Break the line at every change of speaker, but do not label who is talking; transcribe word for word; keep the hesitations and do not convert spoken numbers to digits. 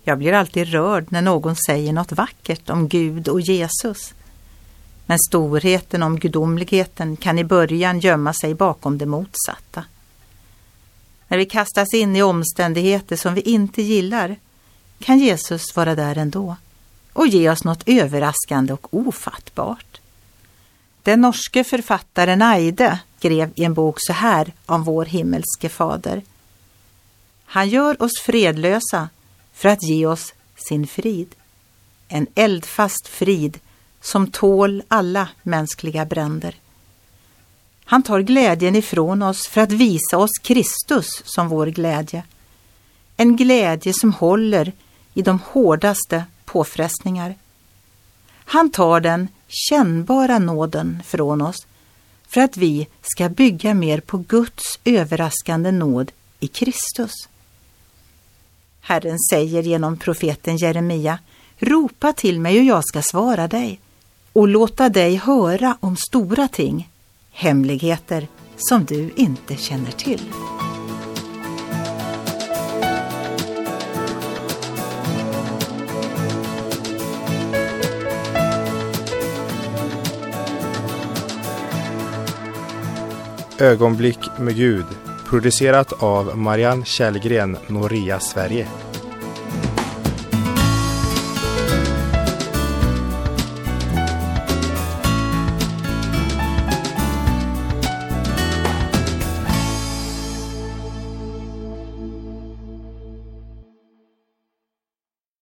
Jag blir alltid rörd när någon säger något vackert om Gud och Jesus. Men storheten om gudomligheten kan i början gömma sig bakom det motsatta. När vi kastas in i omständigheter som vi inte gillar kan Jesus vara där ändå och ge oss något överraskande och ofattbart. Den norske författaren Eide skrev i en bok så här om vår himmelske fader. Han gör oss fredlösa för att ge oss sin frid. En eldfast frid som tål alla mänskliga bränder. Han tar glädjen ifrån oss för att visa oss Kristus som vår glädje. En glädje som håller i de hårdaste påfrestningar. Han tar den kännbara nåden från oss för att vi ska bygga mer på Guds överraskande nåd i Kristus. Herren säger genom profeten Jeremia: ropa till mig och jag ska svara dig och låta dig höra om stora ting, hemligheter som du inte känner till.
Ögonblick med Gud, producerat av Marianne Källgren, Noria, Sverige.